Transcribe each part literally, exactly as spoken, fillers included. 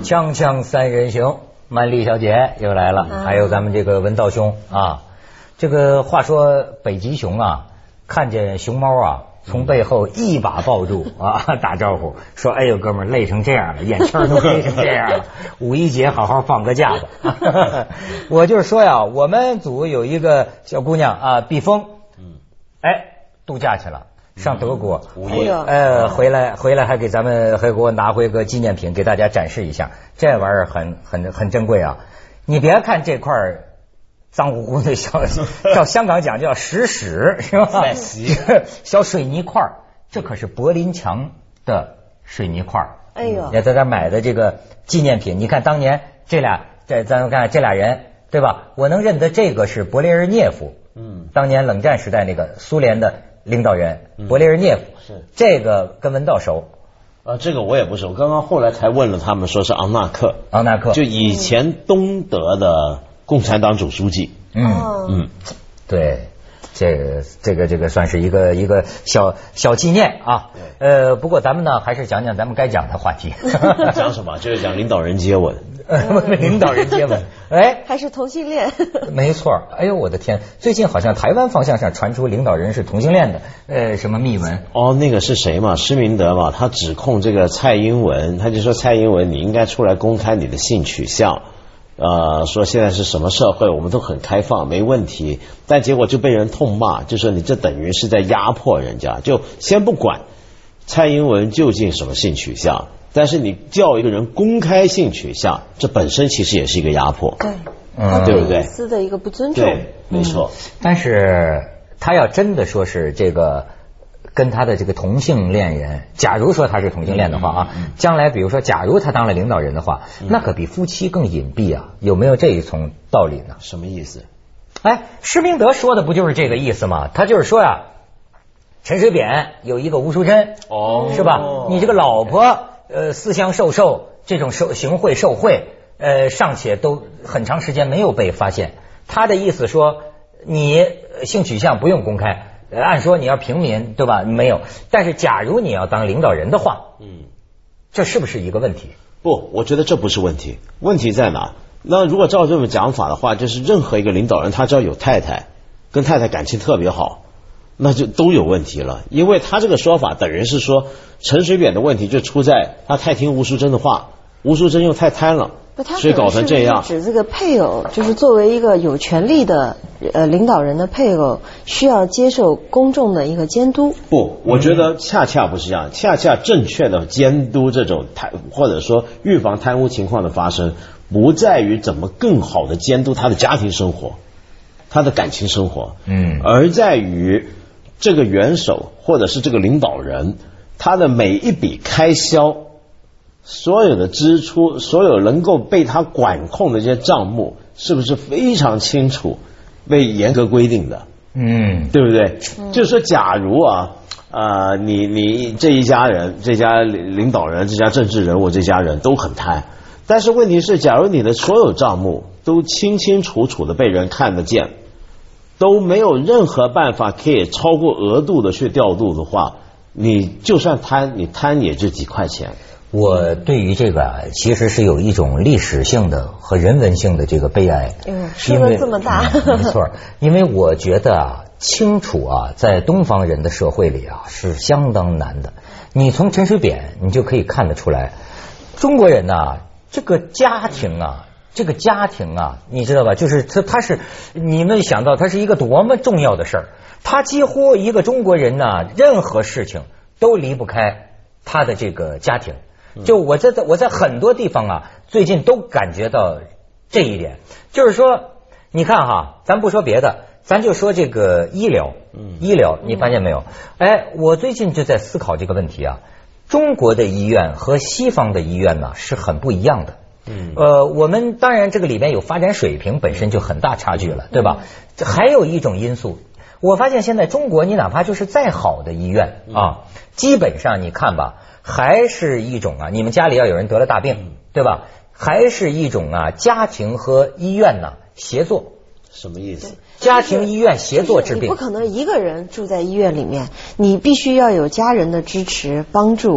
锵锵三人行，曼丽小姐又来了， 嗯、 还有咱们这个文道兄啊。这个话说北极熊啊，看见熊猫啊，从背后一把抱住啊，打招呼说：“哎呦，哥们儿，累成这样了，眼圈都黑成这样了，五一节好好放个假吧。”我就是说呀，我们组有一个小姑娘啊，碧峰，嗯，哎，度假去了。上德国， 五一， 呃，回来回来还给咱们还给我拿回个纪念品，给大家展示一下。这玩意儿很很很珍贵啊！你别看这块脏乎乎的小，到香港讲叫石屎是吧？小水泥块，这可是柏林墙的水泥块。 哎呦， 也在这买的这个纪念品。你看当年这俩，这咱们看这俩人，对吧？我能认得这个是勃列日涅夫，嗯，当年冷战时代那个苏联的领导人勃列日涅夫，是这个跟文道熟啊，这个我也不熟，刚刚后来才问了他们，说是昂纳克， 昂纳克就以前东德的共产党主书记。 嗯嗯，对，这个这个这个算是一个一个小小纪念啊。呃，不过咱们呢还是讲讲咱们该讲的话题。 讲什么？就是讲领导人接吻。 领导人接吻，哎， 还是同性恋？ 没错。哎呦，我的天！最近好像台湾方向上传出领导人是同性恋的，呃，什么秘闻？ 哦，那个是谁嘛？施明德嘛？他指控这个蔡英文，他就说蔡英文你应该出来公开你的性取向，呃，说现在是什么社会，我们都很开放，没问题。但结果就被人痛骂，就说你这等于是在压迫人家。就先不管蔡英文究竟什么性取向。但是你叫一个人公开性取向，这本身其实也是一个压迫， 对， 嗯， 对不对？ 隐私的一个不尊重， 对，没错。 嗯、但是他要真的说是这个跟他的这个同性恋人，假如说他是同性恋的话啊，嗯嗯、将来比如说假如他当了领导人的话，嗯、那可比夫妻更隐蔽啊，有没有这一重道理呢？ 什么意思？ 哎，施明德说的不就是这个意思吗？他就是说呀，陈水扁有一个吴淑珍，哦，是吧？你这个老婆。呃，私相授受这种受行贿受贿，呃，尚且都很长时间没有被发现。他的意思说，你性取向不用公开，呃、按说你要平民对吧？没有，但是假如你要当领导人的话，嗯，这是不是一个问题？ 不，我觉得这不是问题。问题在哪？那如果照这么讲法的话，就是任何一个领导人，他只要有太太，跟太太感情特别好。那就都有问题了，因为他这个说法等于是说陈水扁的问题就出在他太听吴淑珍的话，吴淑珍又太贪了，所以搞成这样。 指这个配偶，就是作为一个有权力的呃领导人的配偶，需要接受公众的一个监督。 不，我觉得恰恰不是这样，恰恰正确的监督这种贪或者说预防贪污情况的发生，不在于怎么更好的监督他的家庭生活，他的感情生活，嗯，而在于。这个元首或者是这个领导人，他的每一笔开销，所有的支出，所有能够被他管控的这些账目，是不是非常清楚，被严格规定的？嗯，对不对？嗯、就是说，假如啊，呃，你你这一家人，这家领导人，这家政治人物，这家人都很贪，但是问题是，假如你的所有账目都清清楚楚的被人看得见。都没有任何办法可以超过额度的去调度的话，你就算贪，你贪也就几块钱。 我对于这个啊，其实是有一种历史性的和人文性的这个悲哀。 嗯，说的这么大， 嗯、没错，因为我觉得啊，清楚啊，在东方人的社会里啊是相当难的。你从陈水扁你就可以看得出来，中国人呐、啊，这个家庭啊。这个家庭啊，你知道吧？就是他，他是你们想到他是一个多么重要的事儿。他几乎一个中国人呢、啊，任何事情都离不开他的这个家庭。就我在我在很多地方啊，最近都感觉到这一点。就是说，你看哈，咱不说别的，咱就说这个医疗，医疗，你发现没有？哎，我最近就在思考这个问题啊。中国的医院和西方的医院呢是很不一样的。嗯，呃，我们当然这个里面有发展水平本身就很大差距了，对吧？这还有一种因素，我发现现在中国你哪怕就是再好的医院啊，基本上你看吧，还是一种啊，你们家里要有人得了大病，对吧？还是一种啊，家庭和医院呢协作。 什么意思？ 家庭医院协作治病， 你不可能一个人住在医院里面，你必须要有家人的支持帮助，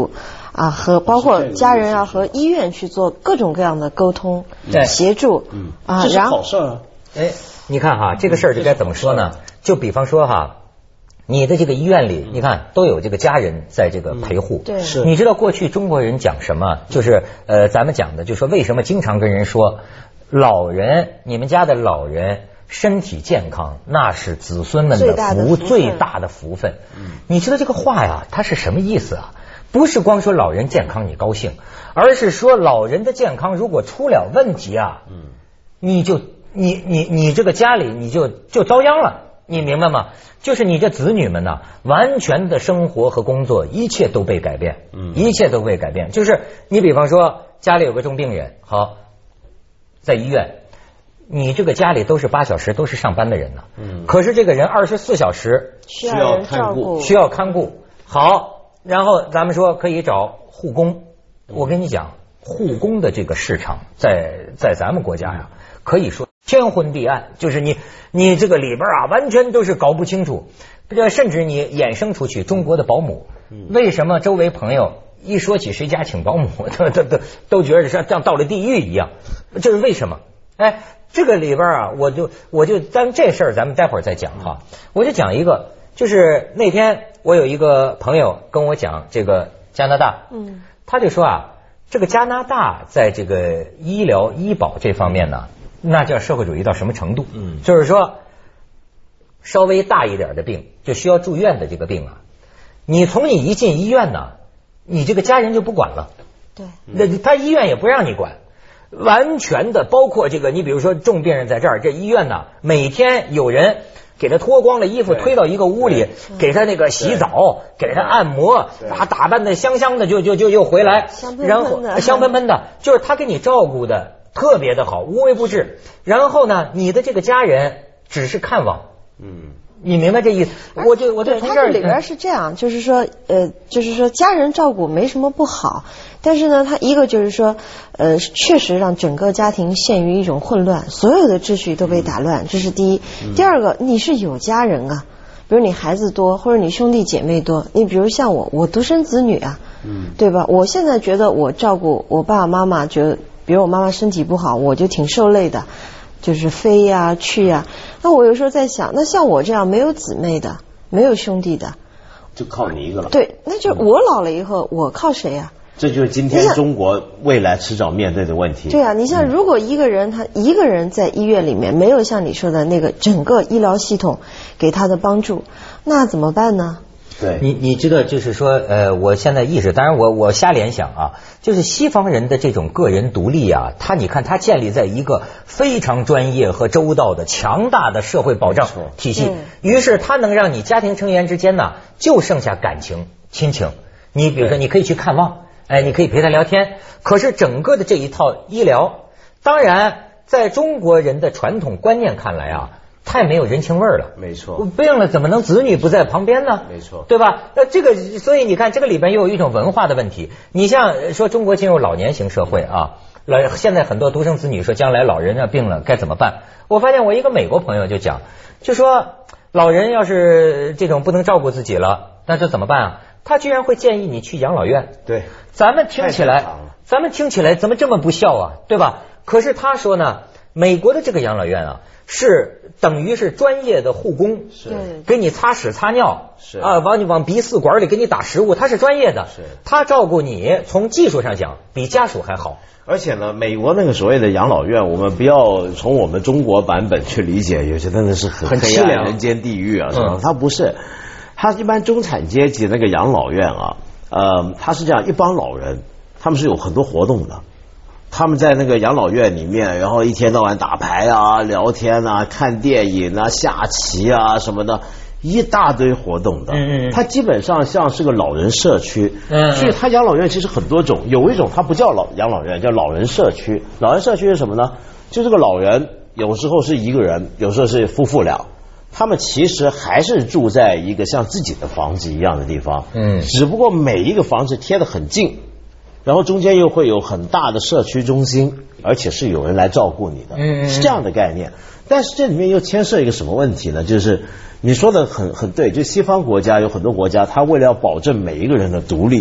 啊，和包括家人要和医院去做各种各样的沟通、 对协助， 嗯啊， 这是然后好事啊。 哎，你看哈，这个事儿就该怎么说呢？就比方说哈。你的这个医院里，你看都有这个家人在这个陪护。 对， 是。 你知道过去中国人讲什么？就是呃，咱们讲的，就说为什么经常跟人说，老人，你们家的老人身体健康，那是子孙们的福，最大的福分。嗯，你知道这个话呀，它是什么意思啊？不是光说老人健康你高兴，而是说老人的健康如果出了问题啊，嗯，你就你你你这个家里你就就遭殃了。你明白吗？就是你这子女们呢，完全的生活和工作一切都被改变，嗯，一切都被改变。就是你比方说家里有个重病人，好，在医院，你这个家里都是八小时都是上班的人呢，嗯，可是这个人二十四小时需要人照顾， 需要看顾。好，然后咱们说可以找护工，我跟你讲，护工的这个市场在在咱们国家呀，可以说天昏地暗，就是你你这个里边啊，完全都是搞不清楚。甚至你衍生出去，中国的保姆，为什么周围朋友一说起谁家请保姆，都都都都觉得像像到了地狱一样？这是为什么？哎，这个里边啊，我就我就咱这事儿咱们待会儿再讲哈。我就讲一个，就是那天我有一个朋友跟我讲这个加拿大，嗯，他就说啊，这个加拿大在这个医疗医保这方面呢。那叫社会主义到什么程度？嗯，就是说，稍微大一点的病，就需要住院的这个病啊，你从你一进医院呢，你这个家人就不管了。 对， 那他医院也不让你管，完全的，包括这个，你比如说重病人在这儿，这医院呢，每天有人给他脱光了衣服，推到一个屋里，给他那个洗澡，给他按摩，他打扮的香香的，就就就又回来，然后香喷喷的，就是他给你照顾的。特别的好，无微不至。然后呢，你的这个家人只是看望，嗯，你明白这意思？我就我对， 从这儿里边是这样，就是说，呃，就是说家人照顾没什么不好，但是呢，他一个就是说，呃，确实让整个家庭陷于一种混乱，所有的秩序都被打乱，这是第一。第二个，你是有家人啊，比如你孩子多，或者你兄弟姐妹多，你比如像我，我独生子女啊，嗯，对吧？我现在觉得我照顾我爸爸妈妈，觉得。比如我妈妈身体不好，我就挺受累的，就是飞呀、去呀。那我有时候在想，那像我这样没有姊妹的、没有兄弟的， 就靠你一个了。 对，那就我老了以后，我靠谁呀？ 这就是今天中国未来迟早面对的问题。 对啊，你像如果一个人他一个人在医院里面，没有像你说的那个整个医疗系统给他的帮助，那怎么办呢？ 对， 你你知道，就是说，呃，我现在意识，当然我我瞎联想啊，就是西方人的这种个人独立啊，他你看他建立在一个非常专业和周到的强大的社会保障体系，于是他能让你家庭成员之间呢就剩下感情亲情。你比如说，你可以去看望，哎，你可以陪他聊天，可是整个的这一套医疗，当然在中国人的传统观念看来啊。太没有人情味儿了， 没错。 病了怎么能子女不在旁边呢？ 没错， 对吧？那这个，所以你看，这个里边又有一种文化的问题。你像说中国进入老年型社会啊，老现在很多独生子女说将来老人啊病了该怎么办？我发现我一个美国朋友就讲，就说老人要是这种不能照顾自己了，那这怎么办啊？他居然会建议你去养老院。 对， 咱们听起来，咱们听起来怎么这么不孝啊？对吧？可是他说呢，美国的这个养老院啊。是等于是专业的护工， 是给你擦屎擦尿， 是啊，往你往鼻饲管里给你打食物，他是专业的， 是他照顾你，从技术上讲比家属还好。 而且呢，美国那个所谓的养老院，我们不要从我们中国版本去理解，有些真的是很黑暗人间地狱啊，是吧？它不是，它一般中产阶级那个养老院啊，呃，它是这样，一帮老人，他们是有很多活动的。他们在那个养老院里面，然后一天到晚打牌啊、聊天啊、看电影啊、下棋啊什么的，一大堆活动的。嗯嗯。它基本上像是个老人社区。嗯。所以它养老院其实很多种，有一种它不叫老养老院，叫老人社区。老人社区是什么呢？就这个老人有时候是一个人，有时候是夫妇俩，他们其实还是住在一个像自己的房子一样的地方。嗯。只不过每一个房子贴得很近。然后中间又会有很大的社区中心，而且是有人来照顾你的，嗯，是这样的概念。但是这里面又牵涉一个什么问题呢？就是你说的很很对，就西方国家有很多国家，它为了要保证每一个人的独立，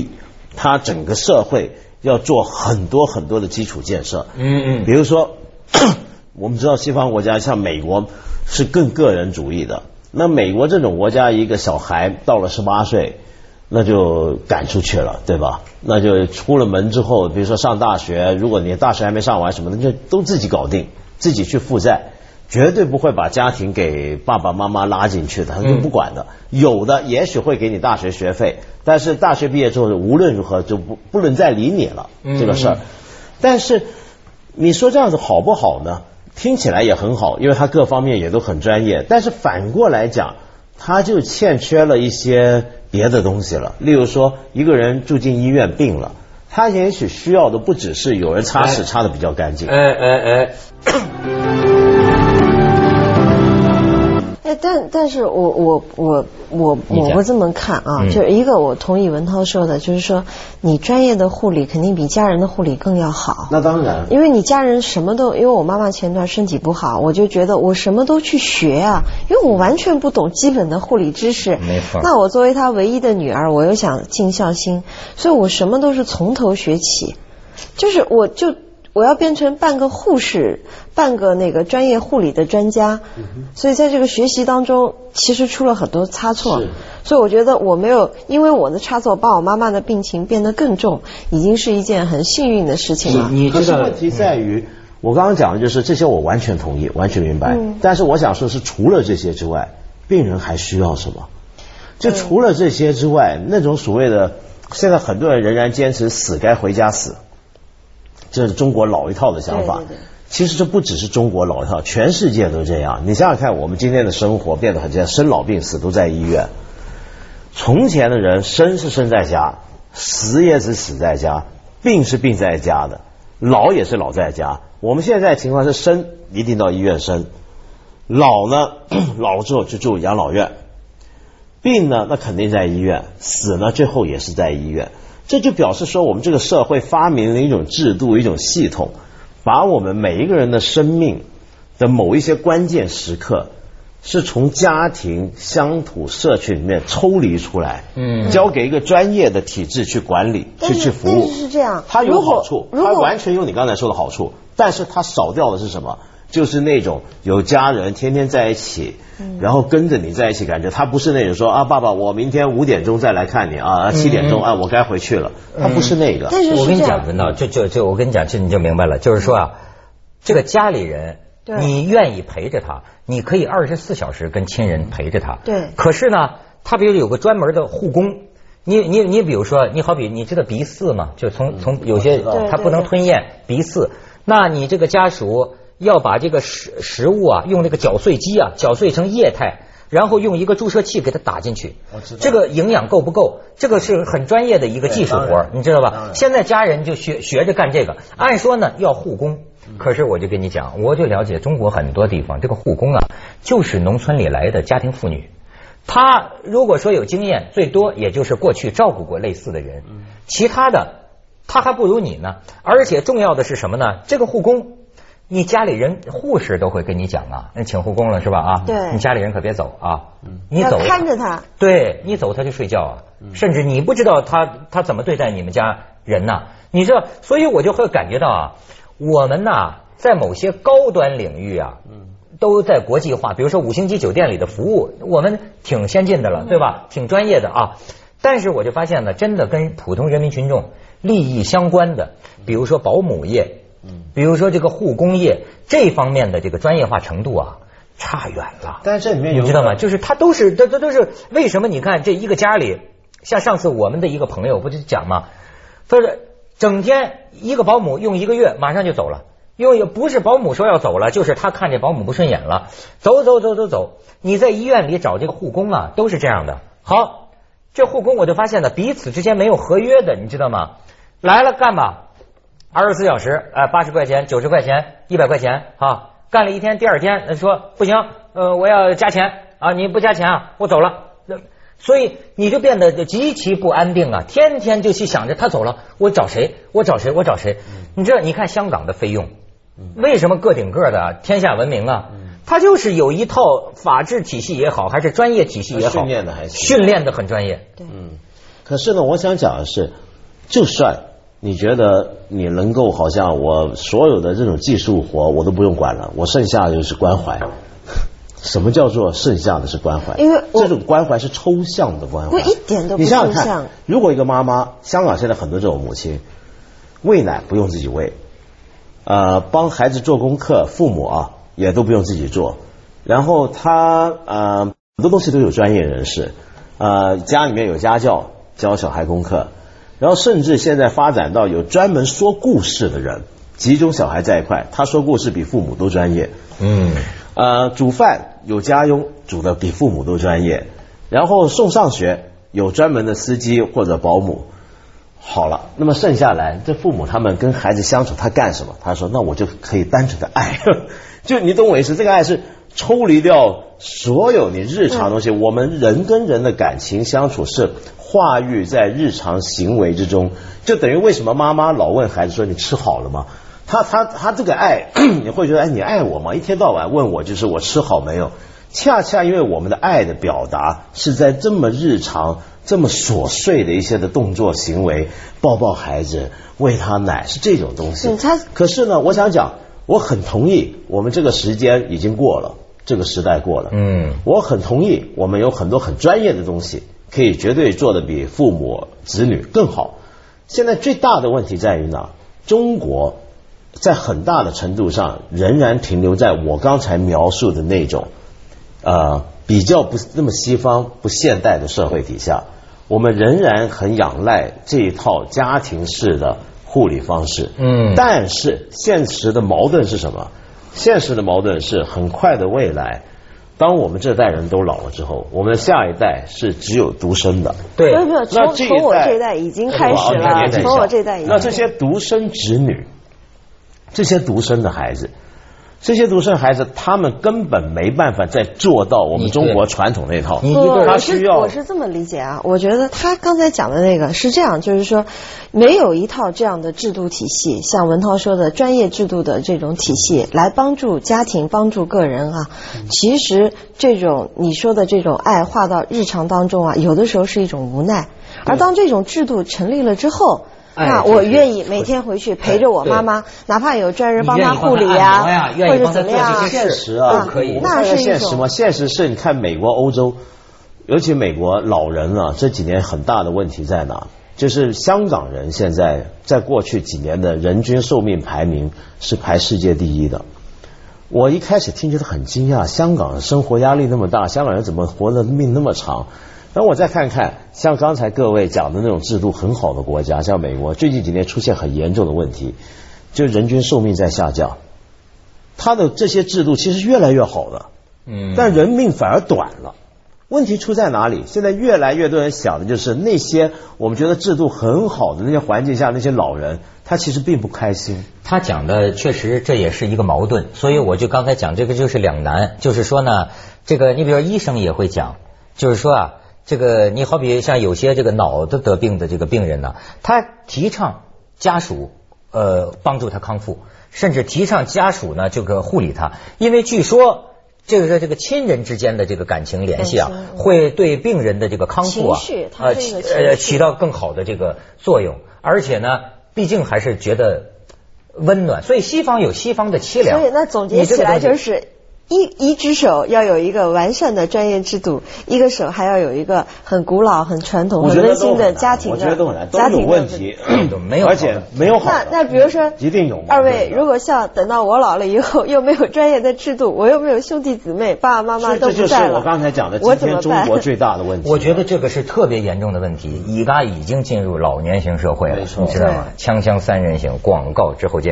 他整个社会要做很多很多的基础建设。 嗯嗯， 比如说，我们知道西方国家像美国是更个人主义的，那美国这种国家，一个小孩到了十八岁，那就赶出去了，对吧？那就出了门之后，比如说上大学，如果你大学还没上完什么的，就都自己搞定，自己去负债。绝对不会把家庭给爸爸妈妈拉进去的，他就不管的。嗯、有的也许会给你大学学费，但是大学毕业之后无论如何就不不能再理你了、嗯、这个事儿。但是你说这样子好不好呢？听起来也很好，因为他各方面也都很专业。但是反过来讲，他就欠缺了一些别的东西了。例如说，一个人住进医院病了，他也许需要的不只是有人擦屎擦得比较干净。 哎哎哎。 哎，但但是我我我我我不这么看啊，嗯、就是一个我同意文涛说的，就是说你专业的护理肯定比家人的护理更要好。 那当然， 因为你家人什么都，因为我妈妈前段身体不好，我就觉得我什么都去学啊，因为我完全不懂基本的护理知识。 没错。 那我作为她唯一的女儿，我又想尽孝心，所以我什么都是从头学起，就是我就。我要变成半个护士，半个那个专业护理的专家，嗯、所以在这个学习当中，其实出了很多差错。所以我觉得我没有因为我的差错把我妈妈的病情变得更重，已经是一件很幸运的事情了。 你可是问题在于，嗯、我刚刚讲的就是这些，我完全同意，完全明白。嗯、但是我想说是，除了这些之外，病人还需要什么？就除了这些之外，嗯、那种所谓的，现在很多人仍然坚持死该回家死。这是中国老一套的想法，对对对，其实这不只是中国老一套，全世界都这样。你想想看，我们今天的生活变得很这样，生老病死都在医院。从前的人生是生在家，死也是死在家，病是病在家的，老也是老在家。我们现在的情况是生一定到医院生，老呢老了之后就住养老院，病呢那肯定在医院，死呢最后也是在医院。这就表示说，我们这个社会发明了一种制度，一种系统，把我们每一个人的生命的某一些关键时刻，是从家庭、乡土、社区里面抽离出来，嗯，交给一个专业的体制去管理、去去服务。 是这样， 它有好处，它完全有你刚才说的好处，但是它少掉的是什么？就是那种有家人天天在一起，嗯、然后跟着你在一起，感觉他不是那种说啊，爸爸，我明天五点钟再来看你啊，七点钟啊，我该回去了。他不是那个。 但是我跟你讲，文道，就就就我跟你讲，这你就明白了，就是说啊，这个家里人，你愿意陪着他，你可以二十四小时跟亲人陪着他。 对。 可是呢，他比如有个专门的护工，你你你比如说，你好比你知道鼻饲吗？就从从有些他不能吞咽鼻饲，那你这个家属。要把这个食食物啊，用这个搅碎机啊，搅碎成液态，然后用一个注射器给它打进去。这个营养够不够？这个是很专业的一个技术活，你知道吧？现在家人就学学着干这个。按说呢要护工，可是我就跟你讲，我就了解中国很多地方，这个护工啊，就是农村里来的家庭妇女。她如果说有经验，最多也就是过去照顾过类似的人，其他的她还不如你呢。而且重要的是什么呢？这个护工。你家里人护士都会跟你讲啊，那请护工了是吧？啊， 对， 你家里人可别走啊，嗯、你走看着他， 对你走他就睡觉啊，嗯、甚至你不知道他他怎么对待你们家人呐、啊，你知道，所以我就会感觉到啊，我们呐、啊、在某些高端领域啊，嗯，都在国际化，比如说五星级酒店里的服务，我们挺先进的了，对吧？挺专业的啊，但是我就发现呢，真的跟普通人民群众利益相关的，比如说保姆业。嗯，比如说这个护工业这方面的这个专业化程度啊，差远了。 但是这里面有你知道吗？就是他都是，这这都是为什么？你看这一个家里，像上次我们的一个朋友不就讲吗？说是整天一个保姆用一个月，马上就走了。因为不是保姆说要走了，就是他看这保姆不顺眼了，走走走走走。你在医院里找这个护工啊，都是这样的。好，这护工我就发现了，彼此之间没有合约的，你知道吗？来了干嘛？二十四小时，呃，八十块钱、九十块钱、一百块钱啊，干了一天，第二天说不行，呃，我要加钱啊，你不加钱啊，我走了。所以你就变得极其不安定啊，天天就去想着他走了，我找谁？我找谁？我找谁？你知道，你看香港的费用，为什么个顶个的天下闻名啊？他就是有一套法治体系也好，还是专业体系也好， 训练的还是训练的很专业。 对， 嗯。可是呢，我想讲的是。 就算你觉得你能够好像我所有的这种技术活我都不用管了，我剩下的就是关怀。什么叫做剩下的是关怀？ 因为这种关怀是抽象的关怀， 我一点都不抽象。 你想想看，如果一个妈妈，香港现在很多这种母亲，喂奶不用自己喂，呃，帮孩子做功课，父母啊也都不用自己做，然后他呃很多东西都有专业人士，呃，家里面有家教教小孩功课，然后甚至现在发展到有专门说故事的人，集中小孩在一块，他说故事比父母都专业。嗯。呃，煮饭有家佣煮的比父母都专业，然后送上学有专门的司机或者保姆。好了，那么剩下来这父母他们跟孩子相处，他干什么？他说那我就可以单纯的爱，就你懂我意思，这个爱是抽离掉所有你日常东西，嗯、我们人跟人的感情相处是化育在日常行为之中，就等于为什么妈妈老问孩子说你吃好了吗？他他他这个爱，你会觉得哎，你爱我吗？一天到晚问我就是我吃好没有？恰恰因为我们的爱的表达是在这么日常、这么琐碎的一些的动作行为，抱抱孩子、喂他奶，是这种东西。他可是呢，我想讲，我很同意，我们这个时间已经过了，这个时代过了。嗯，我很同意，我们有很多很专业的东西，可以绝对做得比父母、子女更好。现在最大的问题在于呢，中国在很大的程度上仍然停留在我刚才描述的那种呃比较不那么西方不现代的社会底下，我们仍然很仰赖这一套家庭式的护理方式。嗯，但是现实的矛盾是什么？现实的矛盾是很快的未来，当我们这代人都老了之后，我们的下一代是只有独生的。对， 没有，从从我这一代已经开始了，从我这一代已经。 那这些独生子女，这些独生的孩子，这些独生孩子，他们根本没办法再做到我们中国传统那一套。 你他需要，我是这么理解啊。我觉得他刚才讲的那个是这样，就是说没有一套这样的制度体系，像文涛说的专业制度的这种体系来帮助家庭、帮助个人啊。其实这种你说的这种爱化到日常当中啊，有的时候是一种无奈。而当这种制度成立了之后，那我愿意每天回去陪着我妈妈，哪怕有专人帮她护理呀，或者怎么样， 现实啊，可以。那是现实吗？现实是你看美国、欧洲，尤其美国老人啊，这几年很大的问题在哪？就是香港人现在在过去几年的人均寿命排名是排世界第一的。我一开始听觉得很惊讶，香港生活压力那么大，香港人怎么活得命那么长？然后我再看看像刚才各位讲的那种制度很好的国家，像美国最近几年出现很严重的问题，就人均寿命在下降，它的这些制度其实越来越好的，嗯，但人命反而短了。问题出在哪里？现在越来越多人想的就是那些我们觉得制度很好的那些环境下那些老人，他其实并不开心。 他讲的确实这也是一个矛盾，所以我就刚才讲这个就是两难，就是说呢，这个你比如说医生也会讲，就是说啊，这个你好比像有些这个脑子得病的这个病人呢，他提倡家属呃帮助他康复，甚至提倡家属呢这个护理他，因为据说这个这个亲人之间的这个感情联系啊，会对病人的这个康复啊呃呃起到更好的这个作用，而且呢，毕竟还是觉得温暖，所以西方有西方的凄凉。 所以那总结起来就是。一一只手要有一个完善的专业制度，一个手还要有一个很古老、很传统、很温馨的家庭的。 我觉得都很难，都有问题， 没有， 而且没有好。 那那比如说， 一定有。 二位如果像等到我老了以后，又没有专业的制度，我又没有兄弟姊妹，爸爸妈妈都不在了， 这就是我刚才讲的今天中国最大的问题。 我觉得这个是特别严重的问题，乙嘎已经进入老年型社会了，你知道吗？锵锵三人行，广告之后见。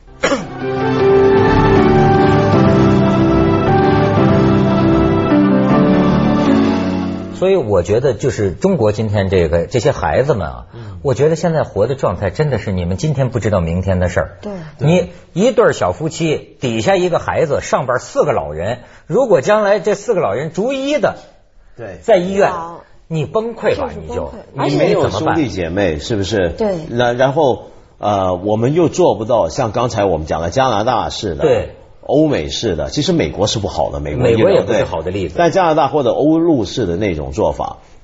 所以我觉得就是中国今天这个这些孩子们啊，嗯、我觉得现在活的状态真的是你们今天不知道明天的事儿。 对， 你一对小夫妻底下一个孩子，上边四个老人，如果将来这四个老人逐一的对在医院，你崩溃吧，你就你没有兄弟姐妹，是不是？ 对， 那然后呃，我们又做不到像刚才我们讲的加拿大式的。 对。 欧美式的，其实美国是不好的，美国美国也不是好的例子， 但加拿大或者欧陆式的那种做法，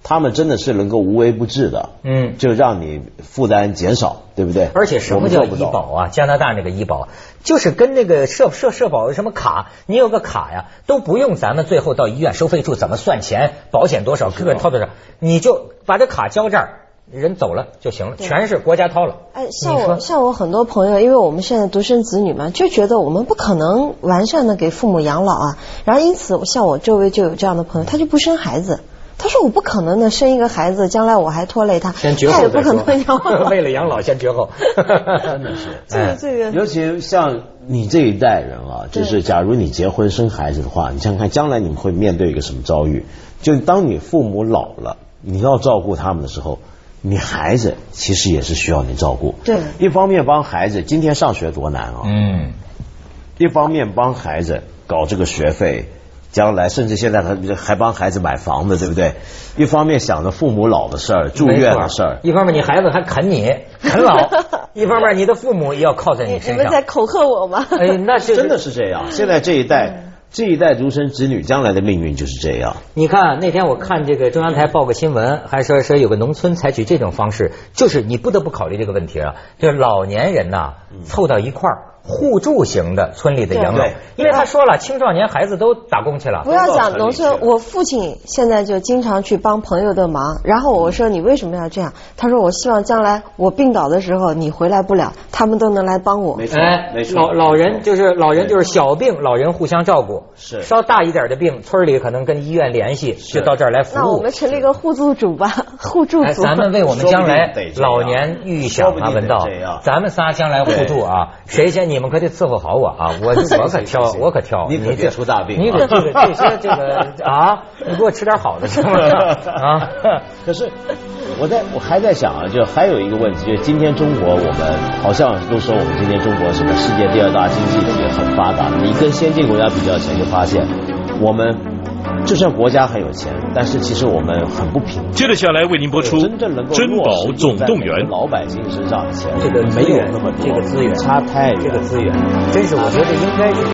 他们真的是能够无微不至的，嗯，就让你负担减少，对不对？ 而且什么叫医保啊？加拿大那个医保就是跟那个社社社保什么卡，你有个卡呀，都不用咱们最后到医院收费处怎么算钱，保险多少，个人掏多少，你就把这卡交这儿。人走了就行了，全是国家掏了。 哎，像我像我很多朋友，因为我们现在独生子女嘛，就觉得我们不可能完善的给父母养老啊，然后因此像我周围就有这样的朋友，他就不生孩子。他说我不可能的生一个孩子，将来我还拖累他， 先绝后他也不可能养老。 为了养老先绝后， 真的是这个这个。 尤其像你这一代人啊，就是假如你结婚生孩子的话，你想想看，将来你们会面对一个什么遭遇？就当你父母老了，你要照顾他们的时候。你孩子其实也是需要你照顾， 对， 一方面帮孩子，今天上学多难啊，嗯，一方面帮孩子搞这个学费，将来甚至现在还还帮孩子买房子，对不对？一方面想着父母老的事儿、住院的事儿， 一方面你孩子还啃你啃老，一方面你的父母也要靠在你身上。 你们在恐吓我吗？ 哎，那是真的是这样。现在这一代。这一代独生子女将来的命运就是这样。 你看那天我看这个中央台报个新闻，还说说有个农村采取这种方式，就是你不得不考虑这个问题啊，就是老年人呐、啊、凑到一块儿。互助型的村里的养老，因为他说了，青少年孩子都打工去了。 不要讲农村，我父亲现在就经常去帮朋友的忙。然后我说你为什么要这样？他说我希望将来我病倒的时候你回来不了，他们都能来帮我。 没错，没错。 老老人就是老人就是小病，老人互相照顾。 是。 稍大一点的病，村里可能跟医院联系，就到这儿来服务。 那我们成立一个互助组吧，互助组。 咱们为我们将来老年预想啊，文道，咱们仨将来互助啊，谁先？你们可得伺候好我啊！我我可挑，我可挑。 你可别出大病。 你可这个这些这个啊，你给我吃点好的，是吗？啊！ 可是我在我还在想啊，就还有一个问题，就是今天中国我们好像都说我们今天中国什么世界第二大经济体很发达，你跟先进国家比较起来，就发现我们就算国家很有钱，但是其实我们很不平。 接着下来为您播出真正能够珍宝总动员， 老百姓身上的钱这个没有那么这个资源差太远， 这个资源真是我觉得应该是。